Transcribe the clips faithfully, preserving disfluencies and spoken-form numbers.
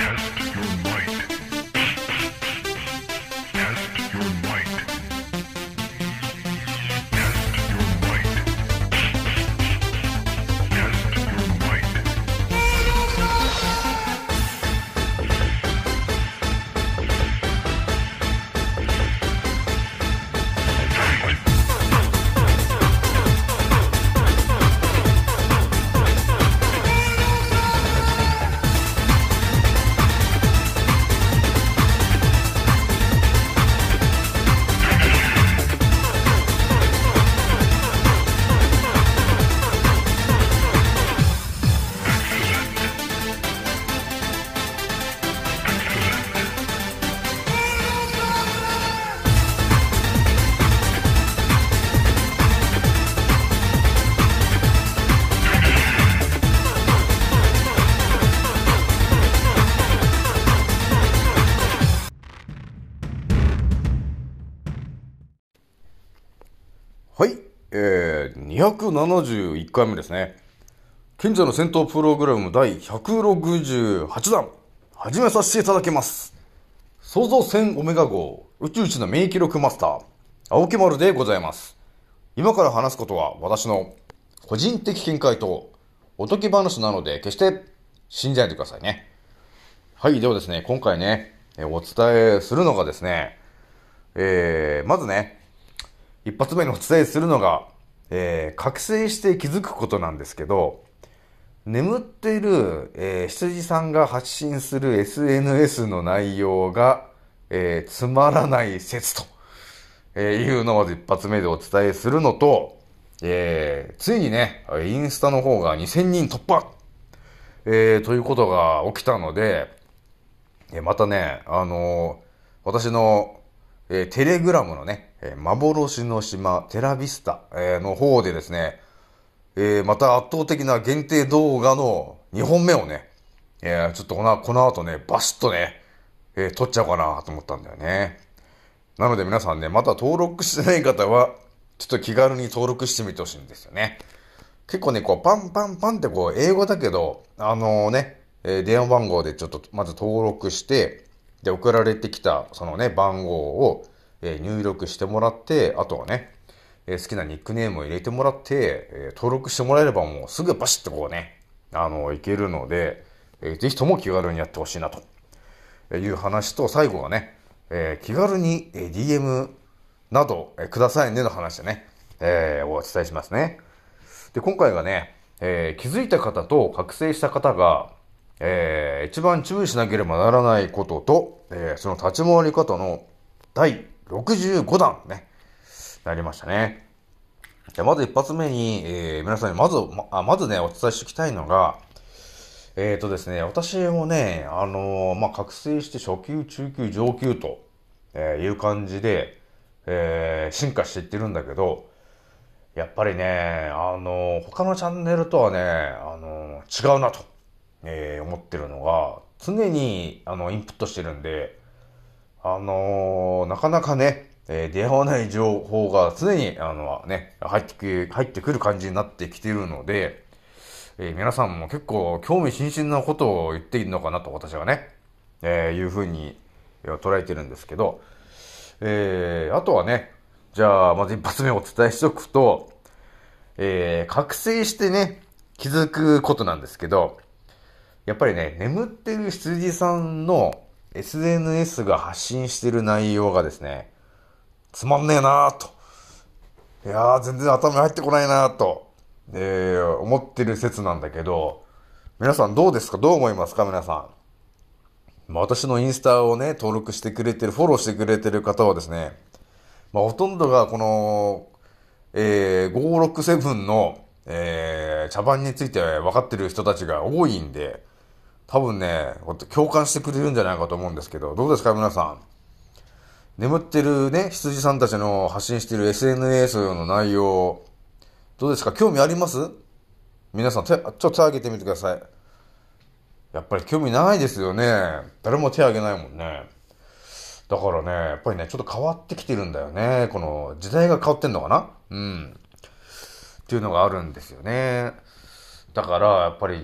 はい、えー、にひゃくななじゅういっかいめですね。賢者の戦闘プログラム第ひゃくろくじゅうはちだん、始めさせていただきます。創造船オメガ号宇宙一の免疫力マスター、青木丸でございます。今から話すことは私の個人的見解とおとぎ話なので決して信じないでくださいね。はい、ではですね、今回ね、お伝えするのがですね、えー、まずね、一発目にお伝えするのが、えー、覚醒して気づくことなんですけど、眠っている、えー、羊さんが発信する エスエヌエス の内容が、えー、つまらない説と、えー、いうのをまず一発目でお伝えするのと、えー、ついにね、インスタの方がにせんにん突破、えー、ということが起きたので、えー、またね、あのー、私の、えー、テレグラムのね、えー、幻の島テラビスタ、えー、の方でですね、えー、また圧倒的な限定動画のにほんめをね、えー、ちょっとこの、この後ね、バシッとね、えー、撮っちゃおうかなと思ったんだよね。なので皆さんね、まだ登録してない方は、ちょっと気軽に登録してみてほしいんですよね。結構ね、こう、パンパンパンってこう、英語だけど、あのー、ね、えー、電話番号でちょっとまず登録して、で、送られてきた、そのね、番号を、えー、入力してもらって、あとはね、えー、好きなニックネームを入れてもらって、えー、登録してもらえればもうすぐバシッとこうね、あのー、いけるので、えー、ぜひとも気軽にやってほしいなという話と、最後がね、えー、気軽に ディーエム など、えー、くださいねの話でね、えー、お伝えしますね。で、今回がね、えー、気づいた方と覚醒した方が、えー、一番注意しなければならないことと、えー、その立ち回り方の第ろくじゅうごだんね、なりましたね。じゃまず一発目に、えー、皆さんにまず、ま、まずね、お伝えしておきたいのが、えーとですね、私もね、あのー、まあ、覚醒して初級、中級、上級と、えー、いう感じで、えー、進化していってるんだけど、やっぱりね、あのー、他のチャンネルとはね、あのー、違うなと、えー、思ってるのが、常に、あの、インプットしてるんで、あのー、なかなかね、えー、出会わない情報が常に、あのね、入ってく、入ってくる感じになってきているので、えー、皆さんも結構興味津々なことを言っているのかなと私はね、えー、いうふうに捉えてるんですけど、えー、あとはね、じゃあ、まず一発目お伝えしておくと、えー、覚醒してね、気づくことなんですけど、やっぱりね、眠ってる羊さんの エスエヌエス が発信してる内容がですね、つまんねえなぁと。いやー、全然頭に入ってこないなぁと、えー、思ってる説なんだけど、皆さんどうですか？どう思いますか？皆さん。まあ、私のインスタをね、登録してくれてる、フォローしてくれてる方はですね、まあ、ほとんどがこの、えー、ごーろくななの、えー、茶番について分かってる人たちが多いんで、多分ね、共感してくれるんじゃないかと思うんですけど、どうですか皆さん。眠ってるね、羊さんたちの発信している エスエヌエス の内容、どうですか？興味あります？皆さん手、ちょっと手挙げてみてください。やっぱり興味ないですよね。誰も手挙げないもんね。だからね、やっぱりね、ちょっと変わってきてるんだよね。この時代が変わってんのかな？うん。っていうのがあるんですよね。だから、やっぱり、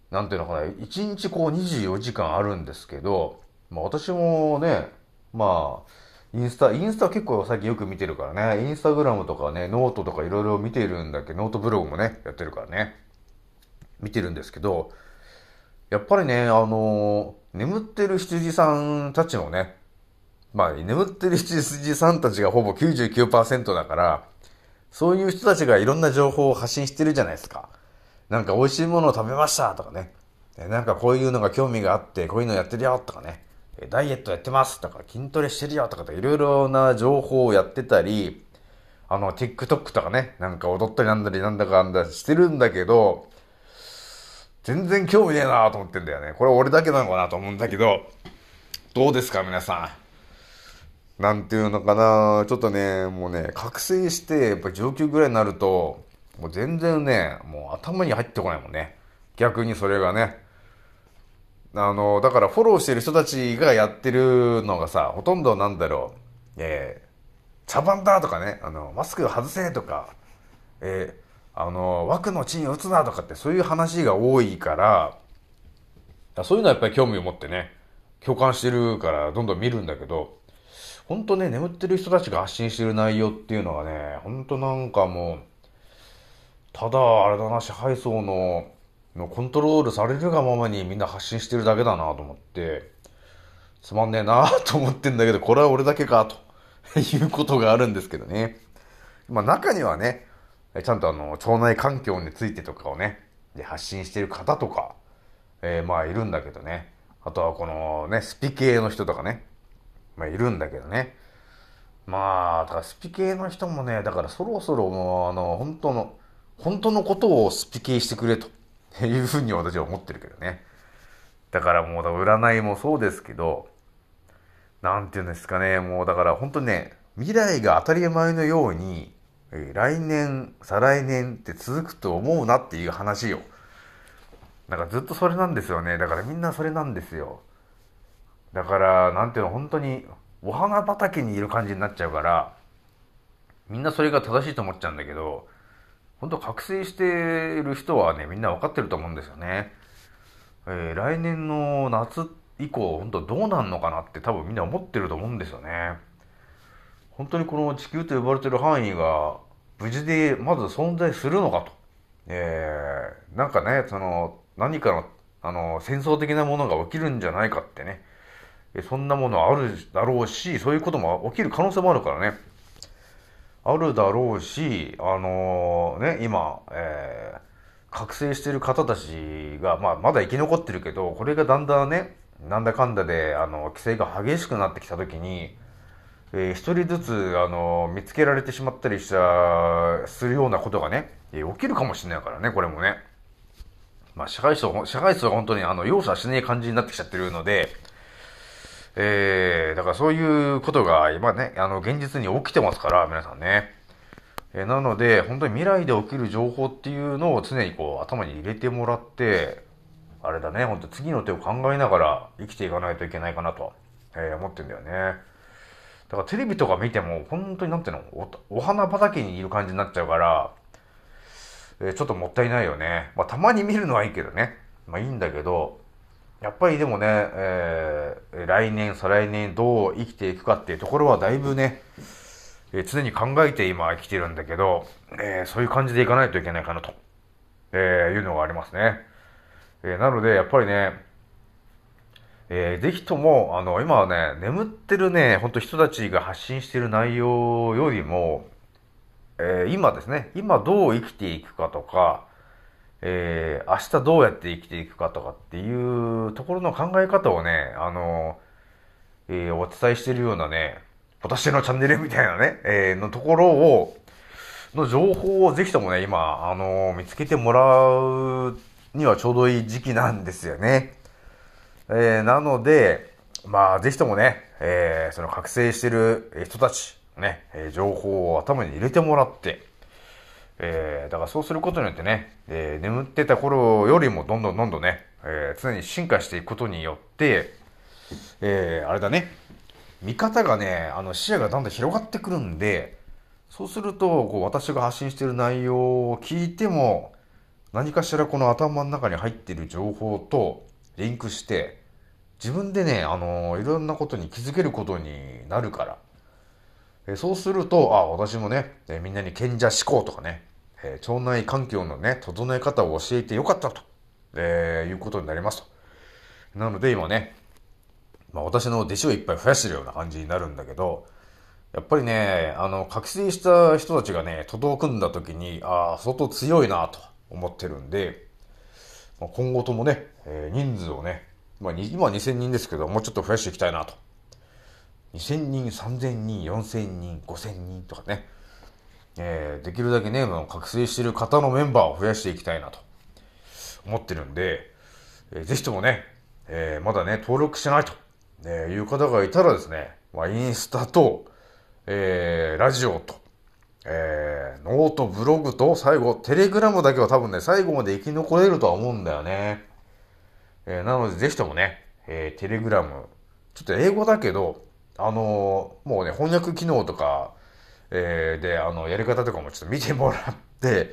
なんていうのかな、いちにちこうにじゅうよじかんあるんですけど、まあ私もね、まあ、インスタ、インスタ結構最近よく見てるからね、インスタグラムとかね、ノートとかいろいろ見てるんだけど、ノートブログもね、やってるからね、見てるんですけど、やっぱりね、あの眠ってる羊さんたちのね、まあ、眠ってる羊さんたちがほぼきゅうじゅうきゅうパーセントだから、そういう人たちがいろんな情報を発信してるじゃないですか。なんか美味しいものを食べましたとかね。なんかこういうのが興味があって、こういうのやってるよとかね。ダイエットやってますとか、筋トレしてるよとかいろいろな情報をやってたり、あの、TikTok とかね、なんか踊ったりなんだりなんだかんだしてるんだけど、全然興味ねえなと思ってんだよね。これ俺だけなのかなと思うんだけど、どうですか皆さん。なんていうのかな、ちょっとね、もうね、覚醒して、やっぱ上級ぐらいになると、もう全然ね、もう頭に入ってこないもんね。逆にそれがね。あの、だからフォローしてる人たちがやってるのがさ、ほとんどなんだろう、えー、茶番だとかね、あの、マスク外せとか、えー、あの、枠の地に打つなとかってそういう話が多いから、そういうのはやっぱり興味を持ってね、共感してるからどんどん見るんだけど、ほんとね、眠ってる人たちが発信してる内容っていうのはね、ほんとなんかもう、ただ、あれだな、支配層の、のコントロールされるがままにみんな発信してるだけだなと思って、つまんねえなと思ってんだけど、これは俺だけか、ということがあるんですけどね。まあ中にはね、ちゃんとあの、腸内環境についてとかをね、で発信してる方とか、えー、まあいるんだけどね。あとはこのね、スピ系の人とかね、まあいるんだけどね。まあ、だからスピ系の人もね、だからそろそろもうあの、本当の、本当のことをスピ系してくれというふうに私は思ってるけどね。だからもう占いもそうですけど、なんていうんですかね、もうだから本当にね、未来が当たり前のように、来年、再来年って続くと思うなっていう話よ。なんかずっとそれなんですよね。だからみんなそれなんですよ。だから、なんていうの、本当に、お花畑にいる感じになっちゃうから、みんなそれが正しいと思っちゃうんだけど、本当覚醒してる人はね、みんな分かってると思うんですよね。えー、来年の夏以降、本当どうなんのかなって多分みんな思ってると思うんですよね。本当にこの地球と呼ばれてる範囲が無事でまず存在するのかと。えー、なんかね、その、何かの、あの、戦争的なものが起きるんじゃないかってね。そんなものあるだろうし、そういうことも起きる可能性もあるからね。あるだろうし、あのーね、今、えー、覚醒してる方たちが、まあ、まだ生き残ってるけど、これがだんだんね、なんだかんだで、あの、規制が激しくなってきたときに、えー、一人ずつ、あの、見つけられてしまったりした、するようなことがね、えー起きるかもしれないからね、これもね。まあ、社会層、社会層は本当に、あの、容赦しねえ感じになってきちゃってるので、えー、だからそういうことが今ね、あの、現実に起きてますから、皆さんね。えーなので、本当に未来で起きる情報っていうのを常にこう、頭に入れてもらって、あれだね、本当次の手を考えながら生きていかないといけないかなと、えー思ってんだよね。だからテレビとか見ても、本当になんていうの、お、お花畑にいる感じになっちゃうから、えーちょっともったいないよね。まあ、たまに見るのはいいけどね。まあ、いいんだけど、やっぱりでもね、えー来年、再来年どう生きていくかっていうところはだいぶね、えー常に考えて今生きてるんだけど、えーそういう感じでいかないといけないかなと、えーいうのがありますね。えーなので、やっぱりね、えーぜひとも、あの、今はね、眠ってるね、ほんと人たちが発信している内容よりも、えー今ですね、今どう生きていくかとか、えー明日どうやって生きていくかとかっていうところの考え方をね、あの、えーお伝えしているようなね、私のチャンネルみたいなね、えーのところを、の情報をぜひともね、今、あの見つけてもらうにはちょうどいい時期なんですよね。えーなので、まあ、ぜひともね、えーその覚醒してる人たち、ね、えー情報を頭に入れてもらって、えーだからそうすることによってね、えー眠ってた頃よりもどんどんどんどんね、えー常に進化していくことによって、えーあれだね、見方がね、あの視野がだんだん広がってくるんで、そうすると、こう私が発信している内容を聞いても、 何かしらこの頭の中に入っている情報とリンクして、自分でね、あのー、いろんなことに気づけることになるから。えそうすると、あ、私もね、えみんなに賢者思考とかね、え腸内環境のね、整え方を教えてよかったと、えー、いうことになりますと。なので今ね、まあ私の弟子をいっぱい増やしてるような感じになるんだけど、やっぱりね、あの、覚醒した人たちがね、徒党を組んだ時に、ああ、相当強いなと思ってるんで、まあ、今後ともね、えー、人数をね、まあ、今はにせんにんですけど、もうちょっと増やしていきたいなと。にせんにん、さんぜんにん、よんせんにん、ごせんにんとかね、えー、できるだけね、覚醒している方のメンバーを増やしていきたいなと思ってるんで、えー、ぜひともね、えー、まだね、登録してないと、えー、いう方がいたらですね、まあ、インスタと、えー、ラジオと、えー、ノート、ブログと、最後、テレグラムだけは多分ね、最後まで生き残れるとは思うんだよね。えー、なので、ぜひともね、えー、テレグラム、ちょっと英語だけど、あのー、もうね、翻訳機能とか、えー、で、あの、やり方とかもちょっと見てもらって、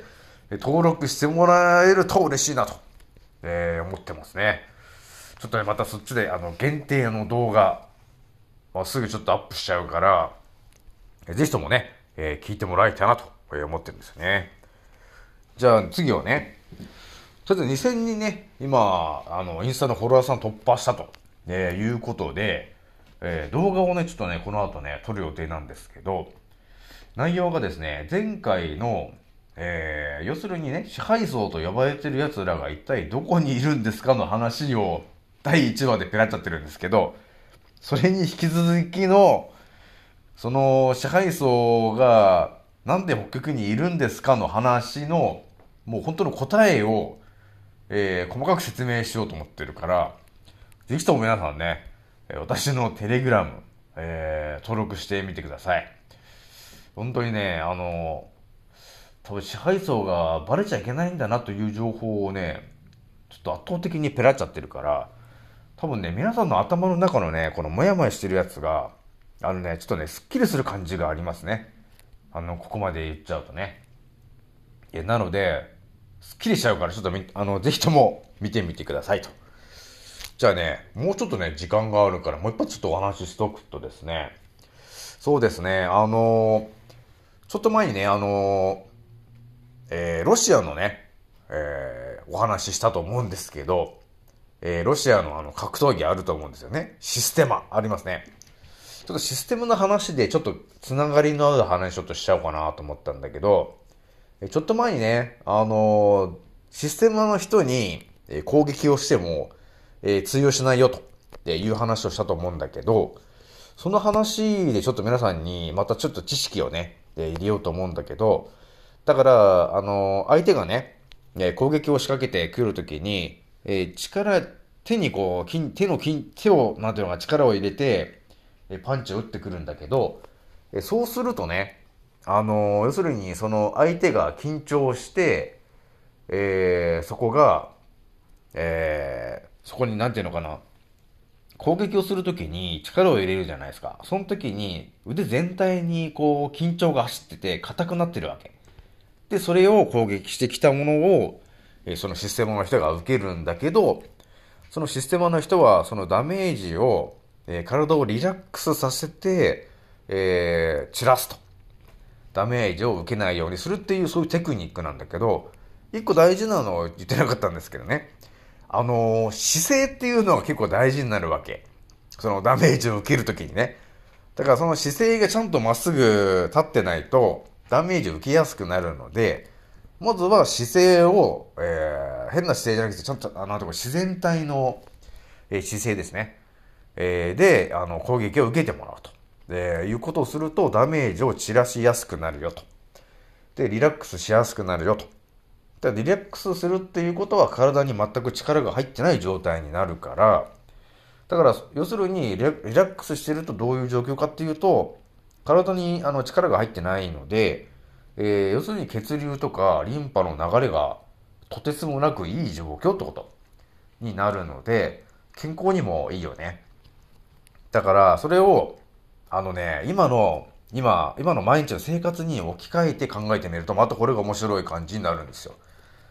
登録してもらえると嬉しいなと、えー、思ってますね。ちょっとね、またそっちで、あの、限定の動画、まあ、すぐちょっとアップしちゃうから、ぜひともね、えー、聞いてもらいたいなと思ってるんですよね。じゃあ次はね、とりあえずにせんにんね、今、あの、インスタのフォロワーさん突破したと、えー、いうことで、えー、動画をね、ちょっとね、この後ね、撮る予定なんですけど、内容がですね、前回の、えー、要するにね、支配層と呼ばれてる奴らが一体どこにいるんですかの話をだいいちわでペラっちゃってるんですけど、それに引き続きの、その支配層がなんで北極にいるんですかの話の、もう本当の答えを、えー、細かく説明しようと思ってるから、ぜひとも皆さんね、私のテレグラム、えー、登録してみてください。本当にね、あの、多分支配層がバレちゃいけないんだなという情報をね、ちょっと圧倒的にペラっちゃってるから、多分ね、皆さんの頭の中のね、このモヤモヤしてるやつが、あのね、ちょっとね、スッキリする感じがありますね。あの、ここまで言っちゃうとね。いや、なので、スッキリしちゃうから、ちょっとみ、あの、ぜひとも見てみてくださいと。じゃあね、もうちょっとね、時間があるから、もう一発ちょっとお話ししとくとですね、そうですね、あのー、ちょっと前にね、あのー、えー、ロシアのね、えー、お話ししたと思うんですけど、えー、ロシアのあの格闘技あると思うんですよね。システマありますね。ちょっとシステムの話でちょっとつながりのある話ちょっとしちゃおうかなと思ったんだけど、ちょっと前にね、あのー、システムの人に攻撃をしても、えー、通用しないよという話をしたと思うんだけど、その話でちょっと皆さんにまたちょっと知識をね、入れようと思うんだけど、だから、あのー、相手がね、攻撃を仕掛けてくるときに、えー、力、手にこう、筋手の筋、手を、なんていうのか、力を入れて、えパンチを打ってくるんだけど、えそうするとね、あのー、要するに、その相手が緊張して、えー、そこが、えー、そこになんていうのかな、攻撃をするときに力を入れるじゃないですか。その時に腕全体にこう緊張が走ってて硬くなってるわけ。で、それを攻撃してきたものを、えー、そのシステムの人が受けるんだけど、そのシステムの人はそのダメージを、えー、体をリラックスさせて、えー、散らすと。ダメージを受けないようにするっていうそういうテクニックなんだけど、一個大事なのを言ってなかったんですけどね。あのー、姿勢っていうのが結構大事になるわけ。そのダメージを受けるときにね。だからその姿勢がちゃんとまっすぐ立ってないとダメージを受けやすくなるので、まずは姿勢を、えー、変な姿勢じゃなくてちゃんと、あの、自然体の、えー、姿勢ですね。えー、で、あの、攻撃を受けてもらうと。で、いうことをするとダメージを散らしやすくなるよと。で、リラックスしやすくなるよと。だリラックスするっていうことは体に全く力が入ってない状態になるから、だから要するにリラックスしてるとどういう状況かっていうと、体にあの力が入ってないので、えー、要するに血流とかリンパの流れがとてつもなくいい状況ってことになるので、健康にもいいよね。だからそれをあのね、今の今今の毎日の生活に置き換えて考えてみると、またこれが面白い感じになるんですよ。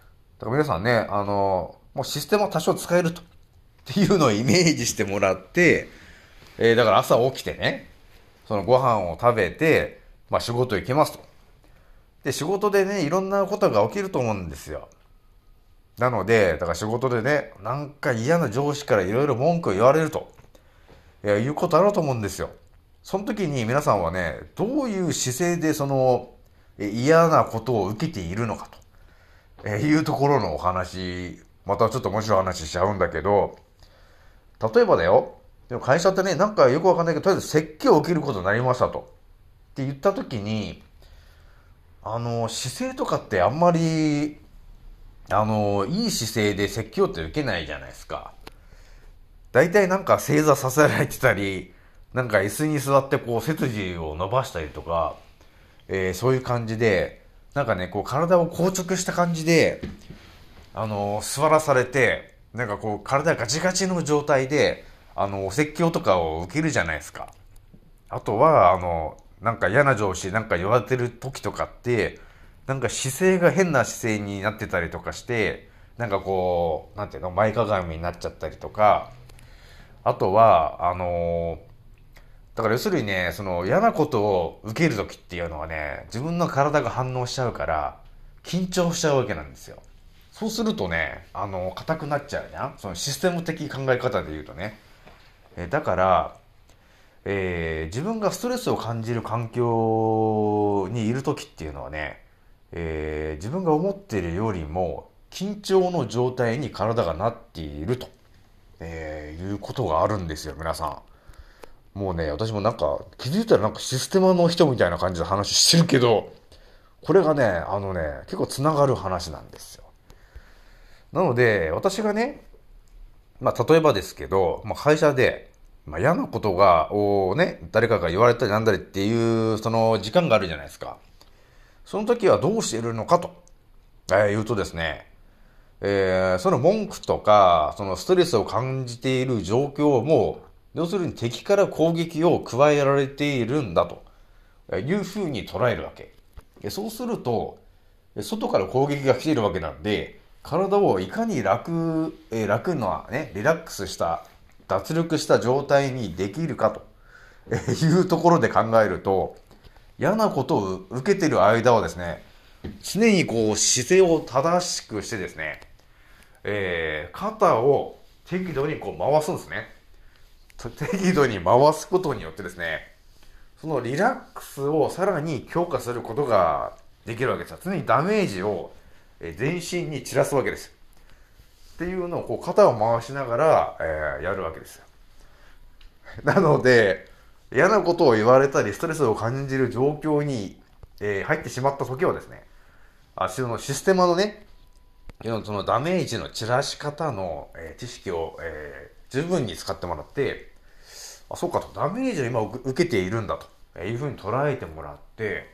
から皆さんね、あの、もうシステムは多少使えると。っていうのをイメージしてもらって、えー、だから朝起きてね、そのご飯を食べて、まあ仕事行きますと。で、仕事でね、いろんなことが起きると思うんですよ。なので、だから仕事でね、なんか嫌な上司からいろいろ文句を言われると、いや、いうことあると思うんですよ。その時に皆さんはね、どういう姿勢でその、え嫌なことを受けているのかと、えいうところのお話、またちょっと面白い話しちゃうんだけど、例えばだよ、でも会社ってね、なんかよくわかんないけど、とりあえず説教を受けることになりましたと。って言った時に、あの、姿勢とかってあんまり、あの、いい姿勢で説教って受けないじゃないですか。大体なんか正座させられてたり、なんか椅子に座ってこう背筋を伸ばしたりとか、えー、そういう感じで、なんかね、こう体を硬直した感じで、あのー座らされて、なんかこう体がガチガチの状態で、あのーお説教とかを受けるじゃないですか。あとは、あのーなんか嫌な上司なんか言われてる時とかって、なんか姿勢が変な姿勢になってたりとかして、なんかこう、なんていうの、前かがみになっちゃったりとか、あとは、あのーだから要するにね、その嫌なことを受けるときっていうのはね、自分の体が反応しちゃうから、緊張しちゃうわけなんですよ。そうするとね、あの、硬くなっちゃうじゃん。そのシステム的考え方で言うとね。えだから、えー自分がストレスを感じる環境にいるときっていうのはね、えー自分が思っているよりも緊張の状態に体がなっていると、えーいうことがあるんですよ、皆さん。もうね、私もなんか、気づいたらなんかシステマの人みたいな感じで話してるけど、これがね、あのね、結構つながる話なんですよ。なので、私がね、まあ、例えばですけど、まあ、会社で、まあ、嫌なことが、をね、誰かが言われたりなんだりっていう、その時間があるじゃないですか。その時はどうしているのかと、えー言うとですね、えーその文句とか、そのストレスを感じている状況も、要するに敵から攻撃を加えられているんだというふうに捉えるわけ。そうすると、外から攻撃が来ているわけなんで、体をいかに楽、えー楽なね、リラックスした、脱力した状態にできるかというところで考えると、嫌なことを受けている間はですね、常にこう姿勢を正しくしてですね、えー肩を適度にこう回すんですね。適度に回すことによってですね、そのリラックスをさらに強化することができるわけですよ。常にダメージをえー全身に散らすわけです。っていうのをこう肩を回しながら、えーやるわけですよ。なので、嫌なことを言われたり、ストレスを感じる状況に、えー入ってしまった時はですね、あそのシステマのね、そのダメージの散らし方の、えー知識を、えー十分に使ってもらって、あ、そうかと、ダメージを今受けているんだというふうに捉えてもらって、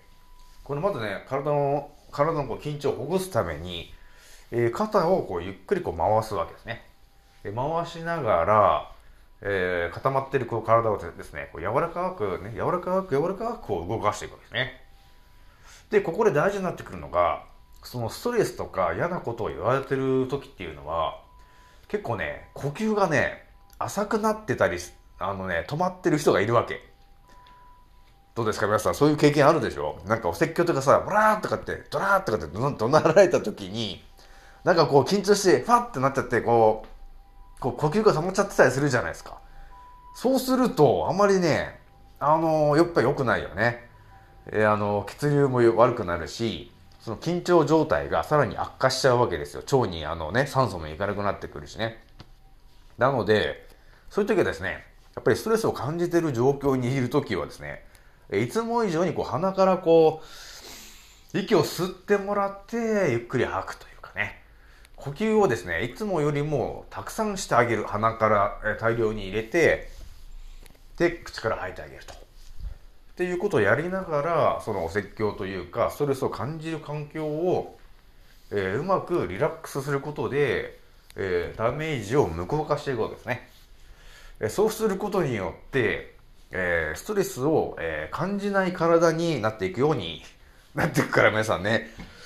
これまずね、体の、体のこう緊張をほぐすために、えー肩をこうゆっくりこう回すわけですね。で回しながら、えー固まっているこう体をですね、こう柔らかくね、柔らかく柔らかくこう動かしていくわけですね。で、ここで大事になってくるのが、そのストレスとか嫌なことを言われてる時っていうのは、結構ね、呼吸がね、浅くなってたり、あのね、止まってる人がいるわけ。どうですか皆さん、そういう経験あるでしょ？なんかお説教とかさ、ブラーとかって、ドラーとかって怒鳴られた時に、なんかこう緊張して、ファッってなっちゃって、こう、こう呼吸が止まっちゃってたりするじゃないですか。そうすると、あんまりね、あのー、やっぱ良くないよね。えーあのー、血流も悪くなるし、その緊張状態がさらに悪化しちゃうわけですよ。腸にあのね、酸素もいかなくなってくるしね。なので、そういう時はですね、やっぱりストレスを感じている状況にいる時はですね、いつも以上にこう鼻からこう、息を吸ってもらって、ゆっくり吐くというかね、呼吸をですね、いつもよりもたくさんしてあげる。鼻から大量に入れて、で、口から吐いてあげると。っていうことをやりながら、そのお説教というか、ストレスを感じる環境を、えーうまくリラックスすることで、えーダメージを無効化していくわけですね。えーそうすることによって、えーストレスを、えー感じない体になっていくようになっていくから皆さんね、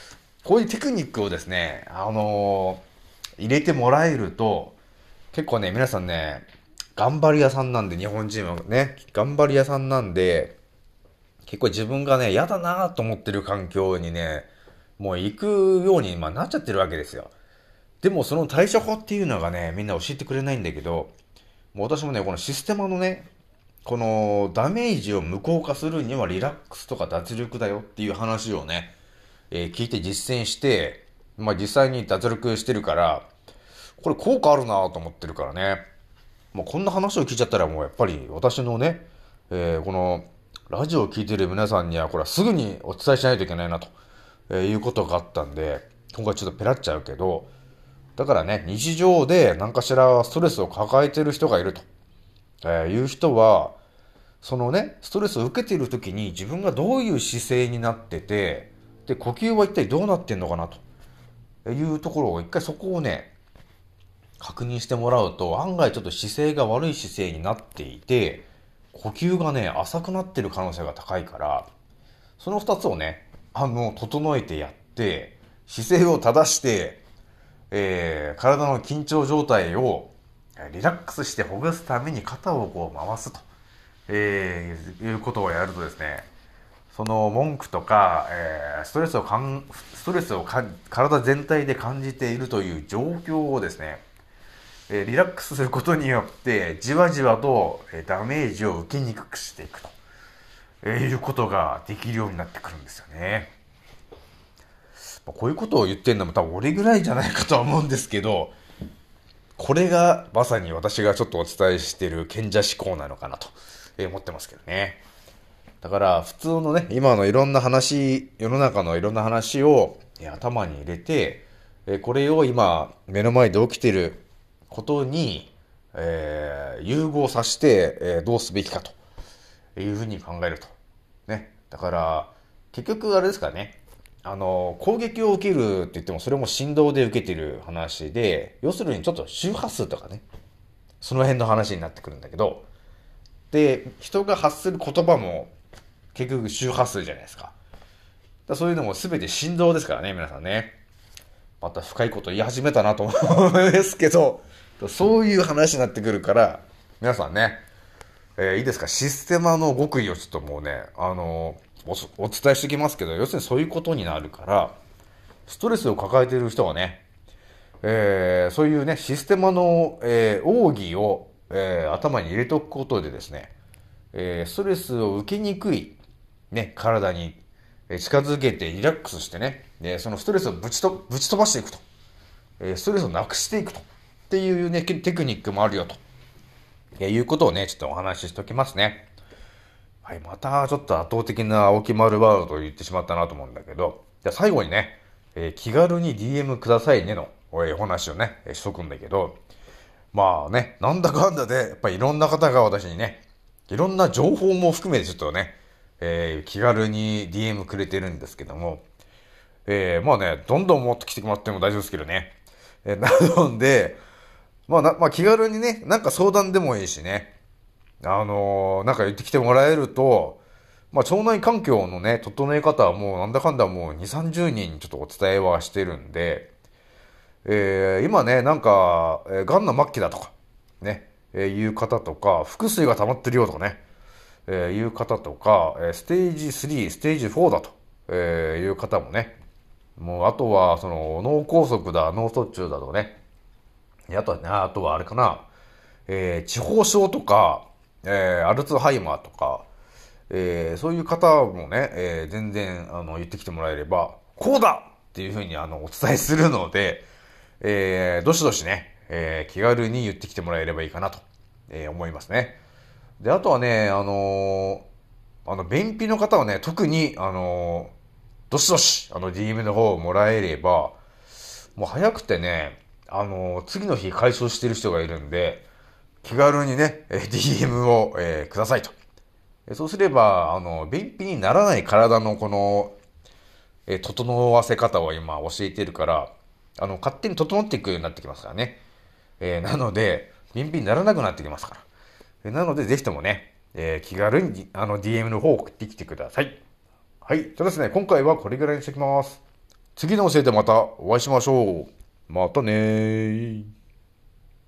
こういうテクニックをですね、あのー入れてもらえると、結構ね、皆さんね、頑張り屋さんなんで、日本人はね、頑張り屋さんなんで、結構自分がね、嫌だなと思ってる環境にね、もう行くように、まあ、なっちゃってるわけですよ。でもその対処法っていうのがね、みんな教えてくれないんだけど、もう私もね、このシステマのね、このダメージを無効化するにはリラックスとか脱力だよっていう話をね、えー聞いて実践して、まあ実際に脱力してるから、これ効果あるなと思ってるからね。もうこんな話を聞いちゃったらもうやっぱり私のね、えーこのラジオを聞いてる皆さんにはこれはすぐにお伝えしないといけないなと、えーいうことがあったんで、今回ちょっとペラっちゃうけど、だからね、日常で何かしらストレスを抱えてる人がいると、えーいう人は、そのね、ストレスを受けている時に自分がどういう姿勢になってて、で、呼吸は一体どうなってんのかなというところを一回そこをね、確認してもらうと、案外ちょっと姿勢が悪い姿勢になっていて、呼吸がね、浅くなってる可能性が高いから、その二つをね、あの、整えてやって、姿勢を正して、えー、体の緊張状態をリラックスしてほぐすために肩をこう回すと、えー、いうことをやるとですね、その文句とか、えー、ストレスをかん、ストレスをか体全体で感じているという状況をですね、えーリラックスすることによって、じわじわと、えーダメージを受けにくくしていくと、えーいうことができるようになってくるんですよね。まあこういうことを言ってるのも多分俺ぐらいじゃないかとは思うんですけど、これがまさに私がちょっとお伝えしている賢者思考なのかなとえー思ってますけどね。だから普通のね、今のいろんな話、世の中のいろんな話をえー頭に入れて、えーこれを今目の前で起きていることに、えー融合させて、えーどうすべきかというふうに考えると。ね。だから結局あれですからね。あの、攻撃を受けるって言ってもそれも振動で受けてる話で、要するにちょっと周波数とかね、その辺の話になってくるんだけど、で、人が発する言葉も結局周波数じゃないですか。だからそういうのも全て振動ですからね、皆さんね。また深いこと言い始めたなと思うんですけど、そういう話になってくるから、皆さんね、えーいいですか、システマの極意をちょっともうね、あのーお、お伝えしておきますけど、要するにそういうことになるから、ストレスを抱えている人はね、えーそういうね、システマの、えー奥義を、えー頭に入れておくことでですね、えーストレスを受けにくい、ね、体にえー近づけてリラックスしてね、でそのストレスをぶちとぶち飛ばしていくと、えーストレスをなくしていくとっていうね、テクニックもあるよと、えーいうことをね、ちょっとお話ししておきますね。はい、またちょっと圧倒的な青木丸ワールドを言ってしまったなと思うんだけど、じゃあ最後にね、えー気軽に ディーエム くださいねの、えーお話をね、えーしとくんだけど、まあね、なんだかんだで、やっぱりいろんな方が私にね、いろんな情報も含めてちょっとね、えー気軽に ディーエム くれてるんですけども、えーまあね、どんどん持ってきてもらっても大丈夫ですけどね。えーなので、まあな、まあ気軽にね、なんか相談でもいいしね、あのーなんか言ってきてもらえると、まあ腸内環境のね、整え方はもうなんだかんだもうに、さんじゅうにんにちょっとお伝えはしてるんで、えー今ね、なんか、えー、癌の末期だとか、ね、えーいう方とか、腹水が溜まってるよとかね、えーいう方とか、えーステージスリー、ステージフォーだと、えーいう方もね、もうあとは、その、脳梗塞だ、脳卒中だとかね、あとはね、あとはあれかな、えー、地方症とか、えー、アルツハイマーとか、えー、そういう方もね、えー、全然、あの、言ってきてもらえれば、こうだっていうふうに、あの、お伝えするので、えー、どしどしね、えー、気軽に言ってきてもらえればいいかなと、えー、思いますね。で、あとはね、あのーあの、便秘の方はね、特に、あのーどしどし、あの、ディーエム の方をもらえれば、もう早くてね、あのー次の日解消してる人がいるんで、気軽にね、えー ディーエム を、えーくださいと。えーそうすれば、あの、便秘にならない体のこの、えー整わせ方を今教えてるから、あの、勝手に整っていくようになってきますからね。えーなので、便秘にならなくなってきますから。えーなので、ぜひともね、えー気軽に、あの、ディーエム の方を送ってきてください。はい。じゃあですね、今回はこれぐらいにしておきます。 次の教えてまたお会いしましょう。またねー。